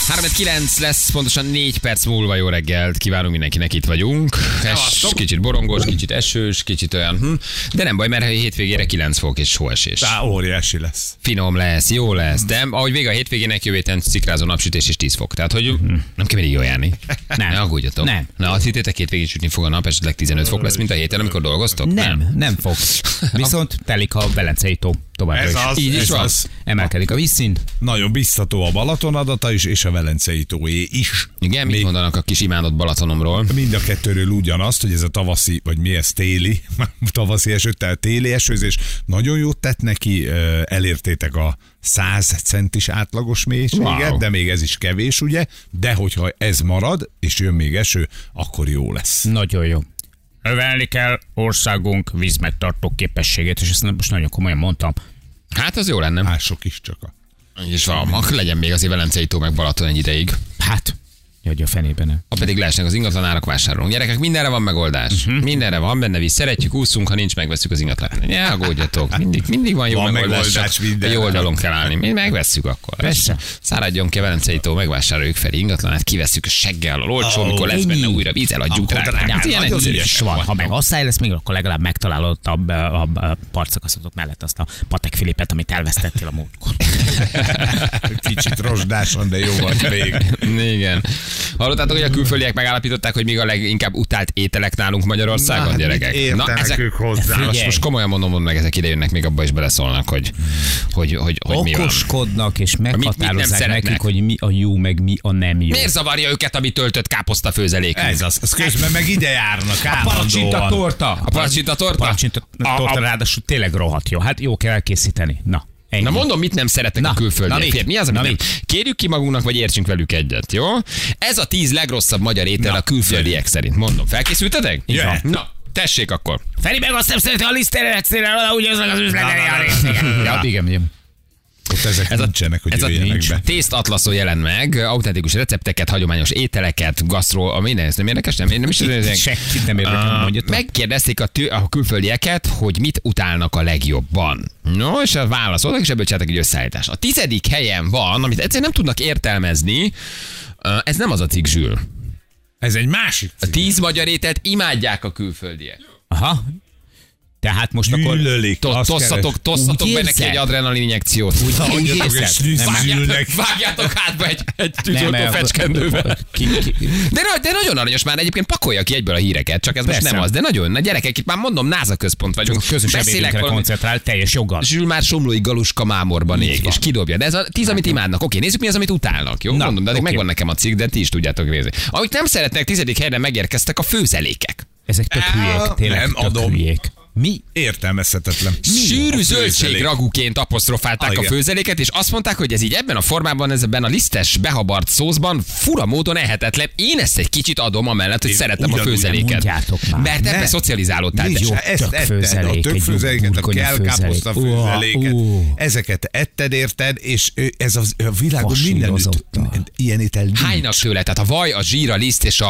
3:09 lesz, pontosan 4 perc múlva. Jó reggelt kívánunk mindenkinek, itt vagyunk. Kicsit borongós, kicsit esős, kicsit olyan, de nem baj, mert hétvégére 9 fok és hóesés. Óriási lesz. Finom lesz, jó lesz, de ahogy vége a hétvégének, jövő héten szikrázó napsütés és 10 fok. Tehát, hogy nem kell mindig jól járni. Nem. Ne aggódjatok. Nem. Na, azt hittétek, hétvégén sütni fog a nap, esetleg 15 fok lesz, mint a héten, amikor dolgoztok? Nem fog. Viszont telik a Velencei tó továbbra Ez is. az, Így is ez van. az. Emelkedik a vízszint. Nagyon biztató a Balaton adata is, és a Velencei tóé is. Igen, mit mondanak a kis imádott Balatonomról? Mind a kettőről ugyanazt, hogy ez a tavaszi, vagy mi ez, téli, tavaszi eső, tehát téli esőzés nagyon jót tett neki, elértétek a 100 centis átlagos mélységet, Wow. de még ez is kevés, ugye? De hogyha ez marad, és jön még eső, akkor jó lesz. Nagyon jó. Növelni kell országunk vízmegtartó képességét, és ezt most nagyon komolyan mondtam. Hát az jó lenne. Mások is csak a... És van, akkor legyen még azért Velencei tó meg Balaton egy ideig. Hát, hogy a fenében nem. Ha pedig leesnek az ingatlanárak, vásárolunk. Gyerekek, mindenre van megoldás. Mindenre van benne víz. Szeretjük, úszunk, ha nincs, megveszünk az ingatlant. Ne aggódjatok. Mindig van jó Van megoldás. megoldás Csak mindenre. jó oldalon kell állni. Mi megvesszük akkor. Persze. Száradjon ki a Velencei tó, megvásároljuk Feri ingatlanát, kivesszük a seggel alól, olcsó, mikor lesz ennyi. benne újra víz, eladjuk Akkor drágán. drágán. Ilyen Nagyon egyszerű ügyes is Van. Ha meg asszály lesz még, akkor legalább megtalálod a partszakaszotok mellett azt a Patek Filipet, amit elvesztettél a múltkor. Kicsit rozsdásan, de jó volt még. Igen. Hallottátok, hogy a külföldiek megállapították, hogy még a leginkább utált ételek nálunk Magyarországon, gyerekek? Értenek ők hozzá. Most komolyan mondom, meg ezek ide jönnek, még abba is beleszólnak, hogy mi van. Okoskodnak és nem meghatározzák szeretnek? nekik, hogy mi a jó, meg mi a nem jó. Miért zavarja őket, ami töltött káposzta főzelék? Ez az közben meg ide járnak állandóan. torta. A palacsinta torta? A palacsinta torta ráadásul tényleg rohadt jó. Hát jó kell elkészíteni. Na. Ennyi. Na mondom, mit nem szeretnek Na, a külföldiek. na mit? Figyelj, mi az, amit Na nem? mit? Kérjük ki magunknak, vagy értsünk velük egyet, jó? Ez a 10 legrosszabb magyar étel a külföldiek szerint. Mondom, felkészültetek? Jöhet. Na, tessék akkor. Feri meg azt nem szereti, a lisztereletszénel oda úgy azok az üzleteli a részegen. Ja, igen. Ott ezek nincsenek, hogy Ez a jöjjenek be. Taste Atlason jelent meg, autentikus recepteket, hagyományos ételeket, gasztró, minden, ez nem érdekes, nem is Senkit nem érdekel, mondjatok. Megkérdezték a külföldieket, hogy mit utálnak a legjobban. No, és válaszoltak, és ebből csináltak egy összeállítást. A 10. helyen van, amit egyszerűen nem tudnak értelmezni, ez nem az a cikk, Zsül. Ez egy másik A 10 magyar ételt imádják a külföldiek. Aha. Tehát most akkor... Gyűlölik. Tosszatok Úgy be neki érzed? egy adrenalin injekciót. Úgy érzed? Vágjátok hátba egy Nem, tűzoltó fecskendővel. Ki- De nagyon aranyos már egyébként, pakolja ki egyből a híreket, csak ez most Persze. nem az. De nagyon, na gyerekek, itt már mondom, NASA központ vagyunk. Közös ebédünkre koncentrál, teljes joggal. Zsül már Somlói Galuska mámorban ég, van. és kidobja. De ez a 10, amit imádnak. Oké, nézzük, mi az, amit utálnak. Jó, Na, mondom, de addig oké. megvan nekem a cikk, de ti is tudjátok nézni. Amit nem szeretnek, 10. helyre megérkeztek a főzelékek. Ezek tök hülyék, tényleg nem tök adom. hülyék. Mi? Értelmezhetetlen. Sűrű A zöldség főzelék. ragúként apostrofálták a Igen. főzeléket, és azt mondták, hogy ez így ebben a formában, ebben a lisztes, behabart szószban fura módon ehetetlen. Én ezt egy kicsit adom amellett, hogy Én szeretem a ugyanúgy főzeléket. mondjátok már. Mert ebbe Ne. szocializálódtál. Nincs, te. ezt tök etted, főzelék, a egy tök főzeléket, a burgonya kelkáposzta főzelék. főzeléket, ezeket etted, érted, és ez a világon mindenütt Fasírozottan. ilyen étel nincs. Hánynak tőle? Tehát a vaj, a zsír, a liszt és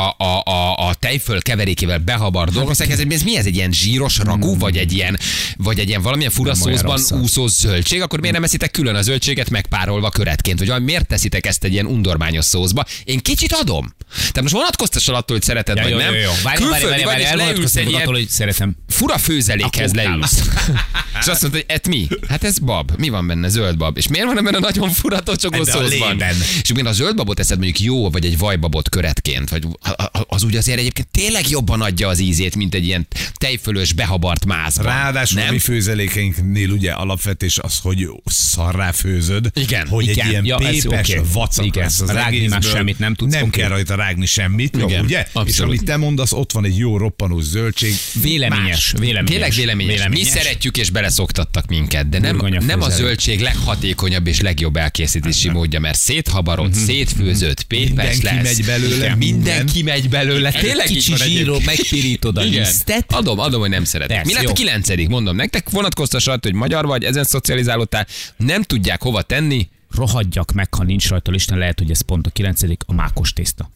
a tejföl keverékével behabart dolgozták. Ez mi ez? Egy ilyen zsíros ragú, vagy egy ilyen valamilyen fura Nem olyan szószban rossz az. úszó zöldség? Akkor miért nem eszitek külön a zöldséget megpárolva köretként? Vagy miért teszitek ezt egy ilyen undormányos szószba? Én kicsit adom. Tehát most vonatkoztasson attól, hogy szereted, vagy nem. Külföldi vagy, és leülsz egy ilyen attól, hogy szeretem. fura főzelékhez Akkor leülsz. És azt mondta, hogy et mi? Hát ez bab. Mi van benne? Zöld bab. És miért van ebben a nagyon fura tocsogó De a szószban? lében. És amikor a zöld babot eszed mondjuk jó, vagy egy vajbabot köretként, vagy az úgy azért egyébként tényleg jobban adja az ízét, mint egy ilyen tejfölös, behabart mázban. Ráadásul a nem? mi főzelékeinknél ugye alapvetés az, hogy szarrá főzöd, Igen. hogy Igen. egy ilyen Ja, ez pépes oké. vacak Igen. lesz az Rágni már egészből. semmit nem tudsz, Nem oké. kell rajta rágni semmit, jó, Igen. ugye? És Abszolút. amit te mondasz, ott van egy jó roppanós zöldség. Véleményes. Tényleg véleményes. Mi szeretjük és beleszoktattak minket, de Burgonya nem a főzelék. zöldség leghatékonyabb és legjobb elkészítési módja, mert széthabarott, szétfőzött, pépes Mindenki lesz. megy belőle, Igen, mindenki megy belőle. Egy Tényleg így kicsi van zsírról egyébként. megpirítod a Igen. lisztet. Adom, hogy nem szeretek. Persze, Mi lett a jó. 9. Mondom nektek, vonatkoztass rajta, hogy magyar vagy, ezen szocializálódtál, nem tudják hova tenni. Rohadjak meg, ha nincs rajta a listán, lehet, hogy ez pont a 9. a mákos tészta.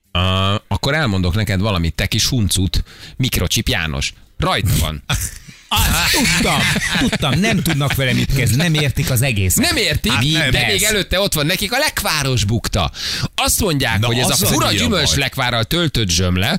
Akkor elmondok neked valamit, te kis huncut, mikrocsip János. Rajta van. Tudtam, nem tudnak vele mit kezdeni, nem értik az egészet. Nem értik, nem, de ez. még előtte ott van nekik a lekváros bukta. Azt mondják, Na, hogy ez a az a fura mi a gyümölcs baj? lekvárral töltött zsömle.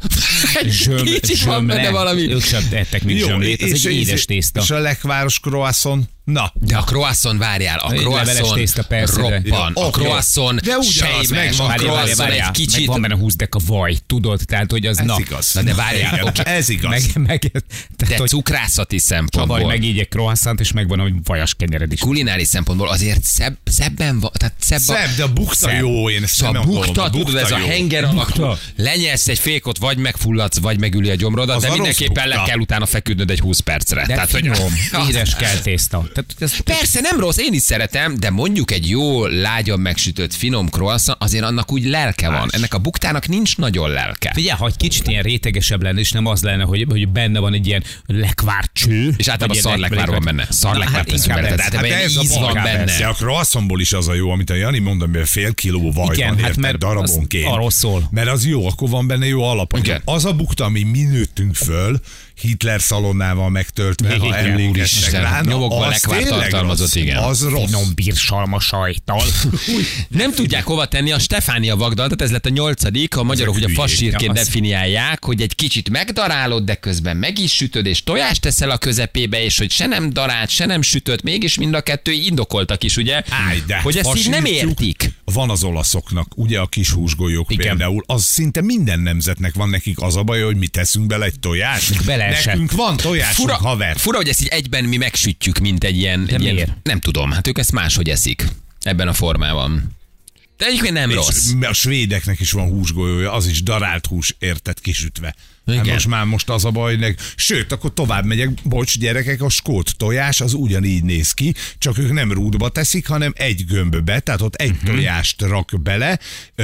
Kicsit van benne valami. Ők sem ettek még zsömlét, ez egy édes tészta. És a lekváros croissant, na. De a croissant, várjál, a Egy leveles croissant tészta, persze, de- roppan, a Oké. croissant De ugyanaz, sejmes, megvan, a várjál, croissant egy Meg kicsit... van benne 20 deka vaj, tudod, tehát hogy az Ez na. igaz. Na de várjál, Igen, oké. ez igaz. Tehát, De hogy cukrászati ha szempontból, vagy megígy egy croissant, és megvan a vajas kenyered is. kulináris szempontból azért szebben van, tehát Szebb, de a bukta Szebb. jó, én ezt Szóval nem a bukta, akarom, tudod, ez a jó. henger alakú, Bukta. lenyelsz egy fékot, vagy megfulladsz, vagy megüli a gyomrodat, Az de a rossz mindenképpen le bukta. kell utána feküdnöd egy 20 percre. De Tehát, hogy finom, édes kell tészta. Tehát ez persze nem rossz, én is szeretem, de mondjuk egy jó, lágyan megsütött, finom croissant, azért annak úgy lelke van. Ennek a buktának nincs nagyon lelke. Figyelj, ha egy kicsit ilyen rétegesebb lenne, és nem az lenne, hogy benne van egy ilyen lekvárcső. És általában vagy ilyen szarlekvár van benne. Szarlekvár teszünk inkább bele. ez. Tehát Hát ebben ez a íz van baj. benne. De a croissantból is az a jó, amit a Jani mond, amiben fél kiló vaj Igen, van, hát érted, mert darabonként. az arról szól. Mert az jó, akkor van benne jó alap. Igen. Az a bukta, ami mi nőttünk föl, Hitler szalonnával megtöltve, ha Igen, emlékeztek úristen, rá. na, nyomokban az lekvár tényleg tartalmazott, rossz. igen. Az rossz. Finom bírsalma sajttal. Nem tudják hova tenni a Stefánia vagdal, tehát ez lett a 8. A magyarok ugye hülyék. fasírként Ja, az- definiálják, hogy egy kicsit megdarálod, de közben meg is sütöd, és tojást teszel a közepébe, és hogy se nem darált, se nem sütött, mégis mind a kettő indokoltak is, ugye? Állj, de hogy ezt így nem fasírtjuk. értik. Van az olaszoknak, ugye a kis húsgolyók Igen. például, az szinte minden nemzetnek van, nekik az a baj, hogy mi teszünk bele egy tojást. Beleesett. Nekünk van tojásunk, haver. Fura, hogy ezt így egyben mi megsütjük, mint egy ilyen... egy miért? ilyen nem tudom, hát ők ezt máshogy eszik ebben a formában. De egyébként nem rossz. És a svédeknek is van húsgolyója, az is darált hús, érted, kisütve. Hát Igen. most az a baj, sőt, akkor tovább megyek, bocs gyerekek, a skót tojás az ugyanígy néz ki, csak ők nem rúdba teszik, hanem egy gömbbe, tehát ott egy tojást rak bele,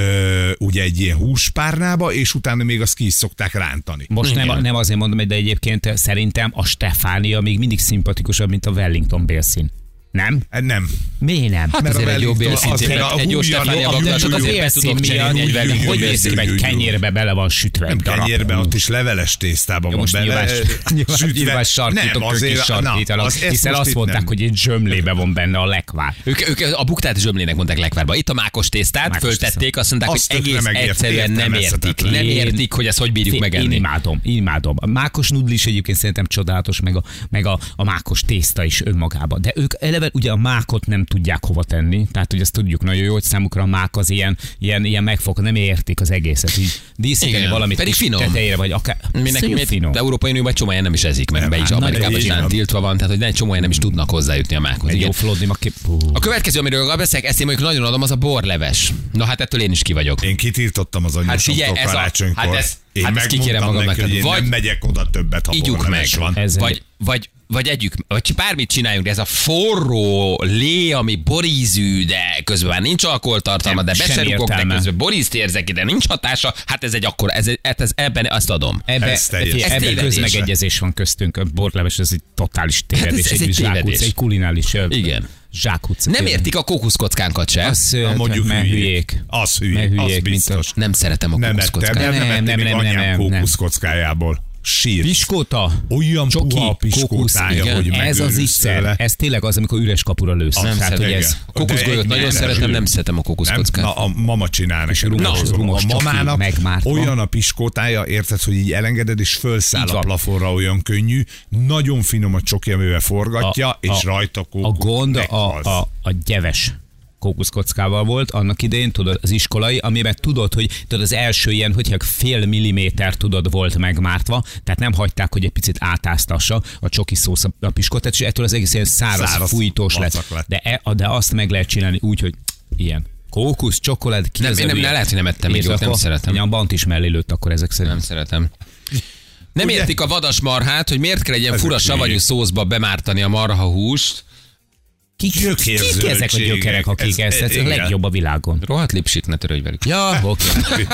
ugye egy ilyen húspárnába, és utána még azt ki is szokták rántani. Most Igen. nem azért mondom, de egyébként szerintem a Stefánia még mindig szimpatikusabb, mint a Wellington bélszín. Nem? Nem. Miért nem? Hát Mert a azért egy jó Wellington bélszín, azért a egy jó hújjan- Stefánia a vagdalt, hújjan- azért be tudok cserélni egy Wellington Hogy néz ki, bélszín. egy kenyérbe bele van sütve egy darab. Kenyérben ott is leveles tésztában Ja, van most bele. nyilván sarkítok kis sarkítanak, hiszen azt mondták, hogy egy zsömlébe van benne a lekvár. Ők a buktát zsömlének mondták lekvárba. Itt a mákos tésztát Mákos föltették, azt mondták, Azt hogy tökre egész megértem, egyszerűen nem értik. értelmezhetetlen. Nem értik, hogy ezt hogy bírjuk Én megenni. imádom. A mákos nudli is egyébként szerintem csodálatos, meg a mákos tészta is önmagában. De ők eleve ugye a mákot nem tudják hova tenni, tehát hogy ezt tudjuk nagyon jó, hogy számukra a mák az ilyen megfog, nem értik az egészet. Így díszíteni Igen, valamit pedig kis finom. tetejére, vagy akár. Mindenki finom. de Európai Unióban egy csomó helyen nem is ezik, mert be is hát Amerikában is nagyon talán jó. tiltva van, tehát hogy egy csomó helyen nem is tudnak hozzájutni a mákhoz. Egy Igen. jó flodni, A következő, amiről beszélek, ezt én mondjuk nagyon adom, az a borleves. Na hát ettől én is ki vagyok. Én kitiltottam az anyósomtól figyelj, ez a- karácsonykor. hát ez- Én hát ezt kikérem megmondtam magamnak, neki, hogy én vagy nem megyek oda többet, ha Igyuk meg. borleves van. Ez- Vagy együk, vagy bármit csináljunk, de ez a forró lé, ami borízű, de közben már nincs alkoholtartalma, de Nem, beserukok, de értelme. közben borízt érzek, de nincs hatása, hát ez egy akkor, ebben azt adom. Ez teljes. Ebben tévedés. közmegegyezés van köztünk. A borleves ez egy totális tévedés. ez egy egy tévedés. zsákutca, egy kulinális Igen. zsákutca. Nem értik a kókuszkockánkat se. Az Mondjuk mert hülyék. Az hülyék, Mert az hülyék, mint biztos. Nem szeretem a Nem ettem, kókuszkockát. nem ettem Nem, még nem, anyám nem. kókuszkockájából. Sír. Piskóta? Olyan puha a piskótája, igen. hogy Ez az megőrülsz ígyszer. tőle. Ez tényleg az, amikor üres kapura lősz. Nem Tehát, hogy szeretem. ez, A kókuszgolyót De nagyon egy- szeretem, nem szeretem a Nem? kókuszkockát. Na, a mama csinál nekem. rumos- Na, rumos a csoki, mamának megmártva. olyan a piskótája, érted, hogy így elengeded, és fölszáll Így a van. plafonra, olyan könnyű. Nagyon finom a csoki, amivel forgatja, és rajta kókusz. a gond meghalsz. a gyeves kókuszkockával volt annak idején, tudod, az iskolai, amiben tudod, hogy tudod, az első ilyen, hogy fél milliméter tudod volt megmártva, tehát nem hagyták, hogy egy picit átáztassa a csoki szósz a piskótát, és ettől az egész ilyen száraz fújtós vacak lett. De azt meg lehet csinálni úgy, hogy ilyen kókusz, csokolád, ki Nem, az én a nem, hülye? lehet, hogy nem ettem még És jót, nem akkor szeretem. A bant is mellé lőtt akkor ezek szerint. Nem szeretem. Nem Ugye? értik a vadasmarhát, hogy miért kell egy ilyen Ezek fura hülyék. savanyú szószba bemártani a marhahúst. Kik ezek a gyökerek, akik ezt a legjobb a világon? Rohadt lipsik, ne törődj velük. Ja, oké.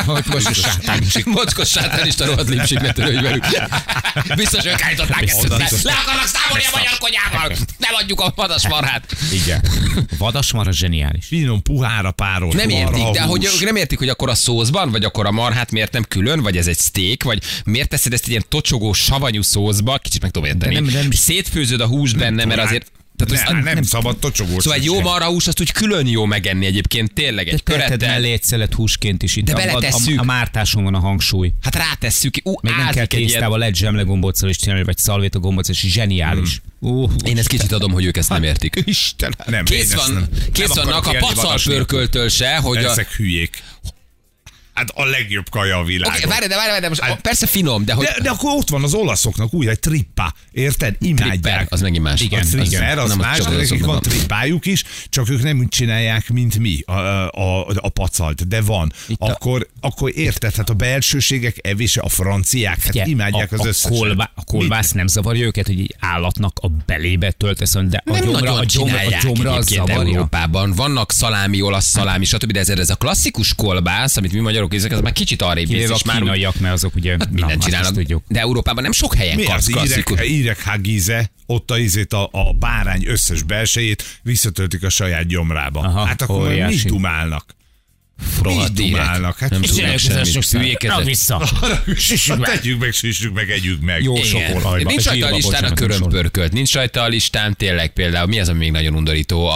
Mocskos sátánista rohadt lipsik, ne törődj velük. Biztos ők állították ezt össze. Le akarnak számolni a magyar konyával. Nem adjuk a vadasmarhát. Igen. Vadasmarha zseniális. Finom, puhára párolt. Nem értik, de marhahús. hogy ők nem értik, hogy akkor a szószban, vagy akkor a marhát miért nem külön, vagy ez egy steak, vagy miért teszed ezt egy ilyen tocsogó, savanyú szószba, kicsit meg tudom érteni. nem. Szétfőzöd a húst benne, mert azért... Tehát Nem szabad tocsogót. Szóval egy jó marhahús, azt úgy külön jó megenni egyébként, tényleg egy Teheted körettel. mellé egy szelet húsként is. Itt De beletesszük. a mártáson van a hangsúly. Hát rátesszük, Még nem kell tésztával, lehet zsemlegombóccal is csinálni, vagy szalvétagombóccal is, zseniális. Én ezt kicsit adom, hogy ők ezt nem értik. Istenem. Nem, Kész vannak a pacalpörköltől se, hogy a... Ezek hülyék. Hát a legjobb kaja a világon. Oké, várj, de most persze finom, de hogy... De akkor ott van az olaszoknak úgy egy trippa, érted? Tripper, Imádják. az megint más. Igen, A tripper, az Nem, más, csak de nekik olaszoknak van trippájuk is, csak ők nem úgy csinálják, mint mi, a pacalt, de van. Akkor érted, hát a belsőségek evése, a franciák, hát imádják az összeset. A kolbász nem zavarja őket, hogy egy állatnak a belébe töltesz, de a Nem gyomra, nagyon a csinálják gyomra az egyébként zavarja. Európában. Vannak szalámi, olasz szalámi, stb. De ez a klasszikus kolbász, amit mi magyarok ízek, az már kicsit arrébb Kivéve és a már kínaiak, mert azok ugye mindent csinálnak. tudjuk. De Európában nem sok helyen Mi kapsz az klasszikus. írek hagize, ott a bárány összes belsejét visszatöltik a saját gyomrába. Aha, Hát akkor óriási. mit dumálnak? Rohadt Mit írek. dumálnak? Hát Nem mit tudnak semmit. Hülyéket. Vissza. Süssük meg, együk meg. Jó sok Igen. olajba. Nincs rajta a Zsírba, listán a bocsánat, körömpörkölt, nincs rajta a listán tényleg például, mi az, ami még nagyon undorító,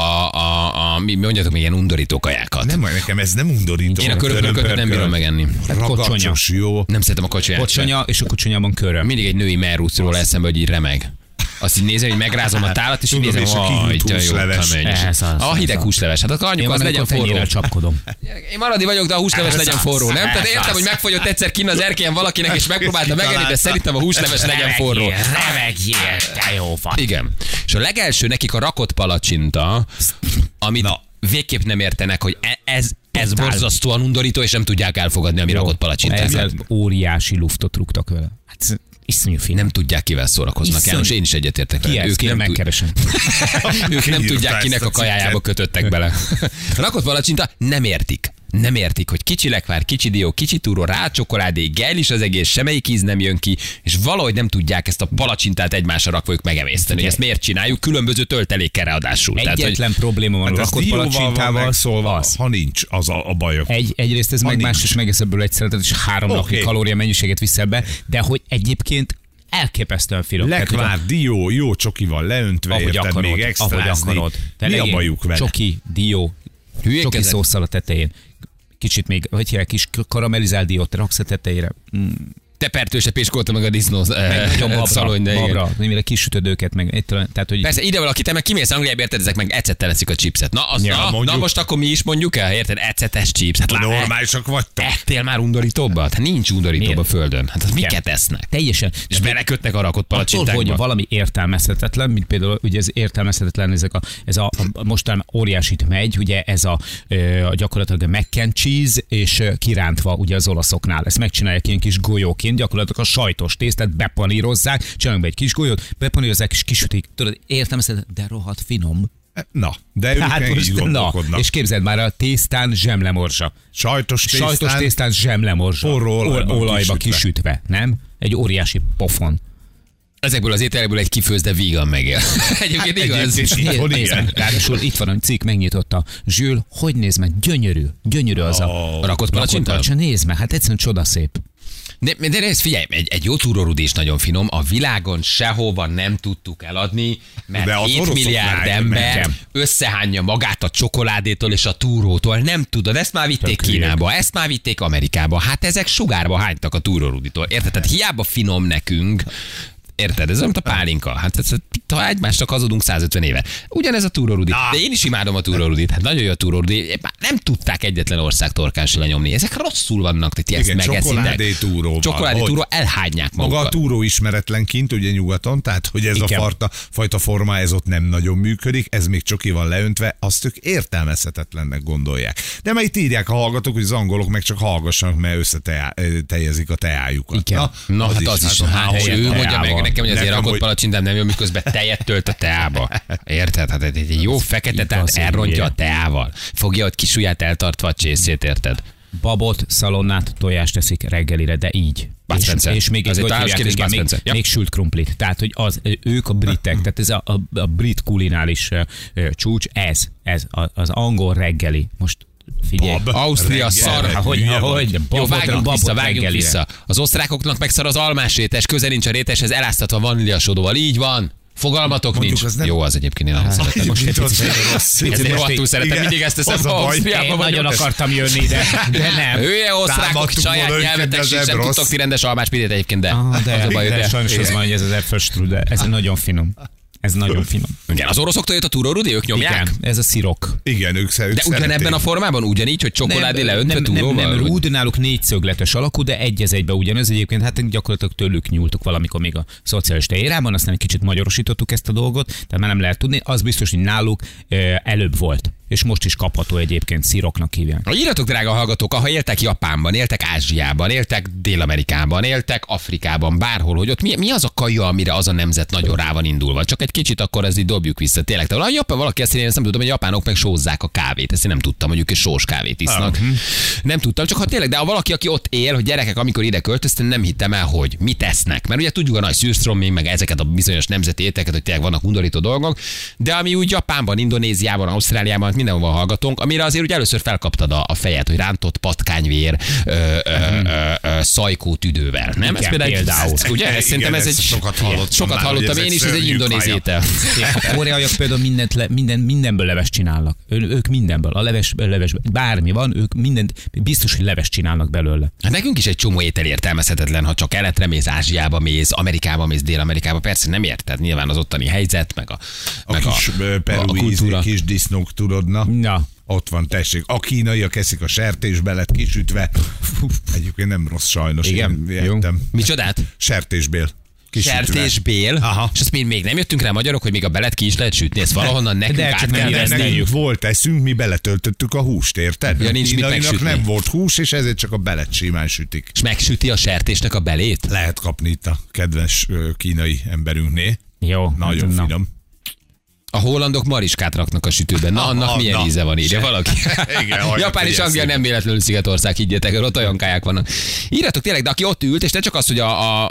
mi mondjatok még ilyen undorító kajákat. Nem, nekem ez nem undorító. Én a körömpörköltet nem bírom megenni. Ragacsos, jó. Nem szeretem a kocsonyát. Kocsonya, és a kocsonyában köröm. Mindig egy női merúcról eszembe, hogy így remeg. Azt így nézem, hogy megrázom a tálat, és így Tudom, nézem, és a hogy kihűlt de jó, húsleves. kemény. Ez az, A hideg ez az. húsleves. Hát akkor anyjuk Én az van, legyen amikor forró. fenyérrel csapkodom. Én maradi vagyok, de a húsleves legyen forró, nem? Tehát értem, hogy megfogyott egyszer kinn az erkélyen valakinek, és megpróbálta megenni, de szerintem a húsleves legyen forró. Remegjél, te jó fa. Igen. És a legelső nekik a rakott palacsinta, amit végképp nem értenek, hogy ez borzasztóan undorító, és nem tudják elfogadni, ami rakott palacsintát. Ezzel óriási luftot rúgtak vele. Hát iszonyú finom. Nem tudják, kivel szórakoznak. Iszonyú. János, én is egyetértek. Ki ez? Ki, nem megkeresem. ők nem Kiírta tudják, ezt kinek a a kajájába cikket. kötöttek bele. A rakott palacsinta nem értik. Nem értik, hogy kicsi lekvár, kicsi dió, kicsi túró, rá csokoládé, gel is az egész, semmelyik íz nem jön ki, és valahogy nem tudják ezt a palacsintát egymásra rakva ők megemészteni. Hogy ezt miért csináljuk? Különböző töltelékkel ráadásul. Egyetlen probléma van a Hát ez rakott dióval van palacsintával. megszólva, Az. ha nincs, az a bajok. Egyrészt ez meg nincs. más, és megesz ebből egy szeretet, és 3 napi Oké. kalória mennyiséget viszel be, de hogy egyébként elképesztően finom. Lekvár, dió, jó csokival leöntve, ahogy érted, akarod, még ahogy extrázni. akarod. Mi a bajuk vele? Csoki, dió, Hülyék csoki ezek? szószal a tetején. Kicsit még, hogy hívják, kis karamellizált diót raksz a tetejére. Tepertő se pécskolta meg a disznó Nagyon szalony, de igen. babra, mire kisütöd őket meg. Tehát, hogy Persze, ide valaki, te meg kimész Angliába, érted, ezek meg ecettel leszik a chipset. Na, Ja, na mondjuk. most akkor mi is mondjuk el, érted? Ecetes chips. Hát Normálisak vagytok. ettél már undorítóbbat? Hát nincs undorítóbb Miért? a földön. Hát az miket esznek? teljesen. És belekötnek a rakott Attól, hogy palacsintákba. valami értelmezhetetlen, mint például ugye ez értelmezhetetlen, ez a mostan óriásit megy, ugye ez a gyakorlatilag a mac and cheese, és kirántva ugye az olaszoknál. Ezt megcsinálják ilyen kis golyóként, gyakorlatilag a sajtos tésztát bepanírozzák, csinálnak be egy kis golyót, bepanírozzák és kisütik. Tudod, értelmezhetetlen, de rohadt finom. Na, de ők így gondolkodnak. és képzeld már, a tésztán zsemlemorzsa. Sajtos Sajtos tésztán zsemlemorzsa. Forró olajban kisütve, nem? Egy óriási pofon. Ezekből az ételekből egy kifőz, de vígan megél. Egyébként igaz. Egyébként itthon igen. Ráadásul itt van a cikk, megnyitotta. Zsül, hogy néz meg? Gyönyörű az a Rakott palacsinta? Nézd meg, hát egyszerűen csodaszép. De nézd, figyelj, egy jó túrórudi is nagyon finom. A világon sehova nem tudtuk eladni, mert De az 7 oroszoknál milliárd jön ember nekem. összehányja magát a csokoládétól és a túrótól. Nem tudod, ezt már vitték Tök Kínába, ezt már vitték Amerikába. Hát ezek sugárba hánytak a túróruditól. Érted? Tehát hiába finom nekünk, érted? Ez olyan, mint a pálinka. Hát ha egymásnak hazudunk 150 éve. Ugyanez a túrórudi. De én is imádom a túrórudit. Hát nagyon jó a túrórudi. Nem tudták egyetlen ország torkán se lenyomni. Ezek rosszul vannak, tehát ezt Igen, megeszitek. csokoládé túróval. Csokoládé Hogy? túró, elhányják Maga a magukat. túró ismeretlen kint, ugye nyugaton, tehát hogy ez Igen. a fajta forma, ez ott nem nagyon működik, ez még csokival leöntve, azt ők értelmezhetetlennek gondolják. De már itt írják a hallgatók, hogy az angolok meg csak hallgassanak, mert összetejezik a teájukat. Igen. Na hát az is. hát, Hát, hogy ő mondja meg, meg nekem, hogy azért Nekem, rakott hogy- palacsintám nem jó, miközben tejet tölt a teába. Érted? Hát egy jó fekete teát igaz, elrontja ugye? a teával. Fogja ott kis ujját eltartva a csészét, érted? Babot, szalonnát, tojást teszik reggelire, de így. Bud Spencer. És még Ez egy hogy találós hívják, kérdés, igen, Bud még, Spencer. Ja. még sült krumplit. Tehát, hogy ők a britek, tehát ez a brit kulináris csúcs, ez az angol reggeli. Most figyelj. Bab. Ausztria Reggel. szar. Ahogy Jó, vágjunk vissza, vágjunk reggelire. vissza. Az osztrákoknak meg szar az almás rétes, közel nincs a réteshez, eláztatva vaníliasodóval. Így van. Fogalmatok Mondjuk nincs. az nem- Jó, az egyébként én nem szeretem. most egy Az picit- nem rossz. Ezért most rohadtul szeretem, igen, mindig ezt teszem, az a ha baj. Ausztriában Én nagyon vagyok. akartam jönni, de nem. Hülye osztrákok, Támadtuk saját volna őket, nyelvetek de sincs, ez nem rossz. tudtok ti rendes almás pidét egyébként, de Ah, az a baj, de hogy sajnos az van, hogy ez az Apfelstrudel, ez nagyon finom. Ez nagyon finom. igen, az oroszoktól jött a túró, Rudi, ők nyomják? Igen, ez a szirok. Igen, ők De ugyanebben a formában, ugyanígy, hogy csokoládé leöntve nem, túróval? nem Vagy- rúd, náluk négyszögletes alakú, de egy az egybe ugyanaz. Egyébként hát gyakorlatilag tőlük nyúltuk valamikor még a szocialista érában, aztán egy kicsit magyarosítottuk ezt a dolgot, tehát már nem lehet tudni. Az biztos, hogy náluk előbb volt. És most is kapható egyébként, sziroknak hívják. Írjatok, drága hallgatók, ha éltek Japánban, éltek Ázsiában, éltek Dél-Amerikában, éltek Afrikában, bárhol, hogy ott mi az a kaja, amire az a nemzet nagyon rá van indulva. Csak egy kicsit akkor ezt így dobjuk vissza. Tényleg, te Japán valaki ezt én ezt nem tudom, hogy a japánok meg sózzák a kávét. Ezt én nem tudtam, mondjuk, és sós kávét isznak. Nem tudtam, csak ha tényleg, de ha valaki, aki ott él, hogy gyerekek, amikor ide költöztem, nem hittem el, hogy mit esznek. Mert ugye tudjuk a nagy szűrströmming, meg ezeket a bizonyos nemzeti ételeket, hogy tényleg vannak undorító dolgok, de ami úgy Japánban, Indonéziában, Ausztráliában, mindenhol hallgatunk, amire azért úgy először felkaptad a fejed, hogy rántott patkányvér, szajkó tüdővel. Nem? Igen, például, például. Ugye? Igen, Szerintem ez ezt egy... sokat hallottam Sokat már, hogy hallottam ez én egy is, ez egy szörnyű indonéz kaja. étel. A koreaiak például mindenből leves csinálnak. Ők mindenből. A leves bármi van, ők mindent, biztos, hogy leves csinálnak belőle. Hát nekünk is egy csomó étel értelmezhetetlen, ha csak keletre mész, Ázsiába mész, Amerikába mész, Dél-Amerikába. Persze nem érted, nyilván az ottani helyzet, meg A kis a perui kultúra. kis disznók, tudod, na? Na, Ott van, tessék. A kínaiak eszik a sertésbelet kisütve. Egyébként nem rossz sajnos. Igen? Én Jó. ettem. Micsodát? Sertésbél. Kisütve. Sertésbél. Aha. És azt még nem jöttünk rá magyarok, hogy még a belet ki is lehet sütni. Ezt valahonnan nekünk De át csak kell nem venni. éreztük. Volt eszünk, mi beletöltöttük a húst, érted? Ja, nincs mit Kínainak megsütni. nem volt hús, és ezért csak a belet simán sütik. És megsüti a sertésnek a belét? Lehet kapni itt a kedves kínai emberünknél. jó. Nagyon na. finom. A hollandok mariskát raknak a sütőben. Na, annak milyen na. íze van, írja valaki. Igen, hallgat, Japán hogy és ezt Anglia nem véletlenül szigetország, higgyetek, ott olyan káják vannak. Írjatok tényleg, de aki ott ült, és ne csak az, hogy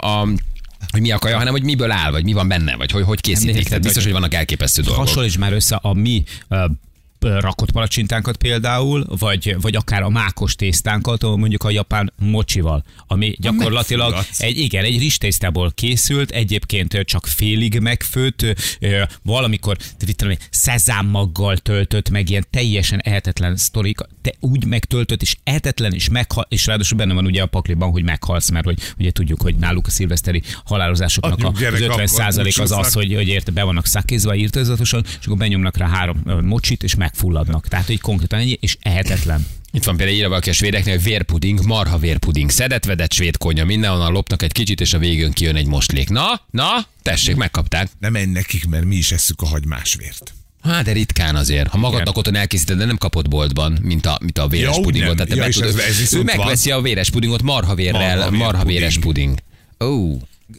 hogy mi a kaja, hanem hogy miből áll, vagy mi van benne, vagy hogy készítik. érted, Tehát biztos, vagy- hogy vannak elképesztő dolgok. Hasonlíts már össze a mi rakott palacsintánkat például, vagy akár a mákos tésztánkat, mondjuk a japán mocsival, ami gyakorlatilag megfulladsz. egy rizstésztából készült, egyébként csak félig megfőtt, valamikor szezámmaggal töltött, meg ilyen teljesen ehetetlen sztorik, de úgy megtöltött, és ehetetlen, és ráadásul benne van ugye a pakliban, hogy meghalsz, mert hogy ugye tudjuk, hogy náluk a szilveszteri halálozásoknak Adjuk, az gyerek, 50% az akkor az, hogy érte, be vannak szakézva írtozatosan, és akkor benyomnak rá 3 mocsit, és megfulladnak. Tehát, hogy konkrétan ennyi, és ehetetlen. Itt van például írva valaki a svédeknél, hogy vérpuding, marha vérpuding, szedett-vedett svéd konya, mindenhonnan lopnak egy kicsit, és a végén kijön egy moslék. Na, tessék, megkapták. Nem menj nekik, mert mi is esszük a hagymásvért. Hát, de ritkán azért. Ha magadnak otthon elkészíted, de nem kapod boltban, mint a véres Ja, úgy pudingot. nem. Tehát te Ja, be és tudod, ez ő viszont megveszi a véres pudingot marhavérrel, marhavéres puding. Ó,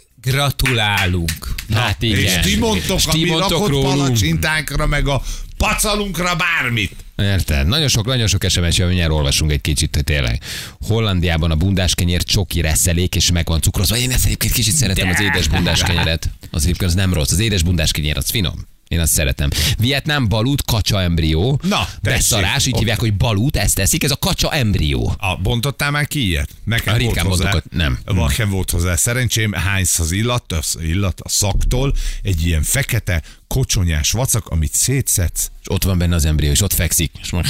Gratulálunk. hát igen. És ti mondtok És a ti mi mondtok rakott rólunk. palacsintánkra, meg a pacalunkra bármit. Érted? Nagyon sok SMS, hogy mindjárt olvasunk egy kicsit, hogy tényleg. Hollandiában a bundáskenyér csoki reszelék, és meg van cukrozva. Én ezt egyébként kicsit szeretem az édes bundáskenyeret. Az egyébként az nem rossz. Az édes bundáskenyér az finom. Én azt szeretem. Vietnám balut, kacsa embrió. Na, beszarás, így hívják, hogy balut, ezt teszik, ez a kacsa embrió. Bontottál már ki ilyet? Nekem Ritkán volt hozzá. bontok, nem. Nekem volt hozzá szerencsém, hánysz az illat a szaktól, egy ilyen fekete, kocsonyás vacak, amit szétszedsz. És ott van benne az embrió, és ott fekszik. És mondja,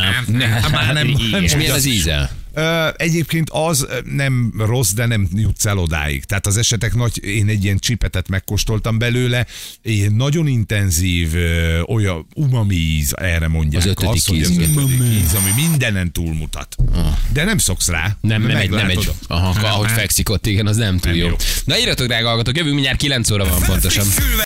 Már nem és milyen az íze? Egyébként az nem rossz, de nem jutsz el odáig. Tehát az esetek nagy, én egy ilyen csipetet megkóstoltam belőle, ilyen nagyon intenzív, olyan umami íz, erre mondják. Az ötödik azt, hogy íz. az ötödik íz, ami mindenen túlmutat. De nem szoksz rá. Nem egy. Meglátod. Aha, ahogy fekszik ott, igen, az nem túl Nem jó. jó. Na írjatok, drága hallgatók, jövünk mindjárt 9 óra van pontosan.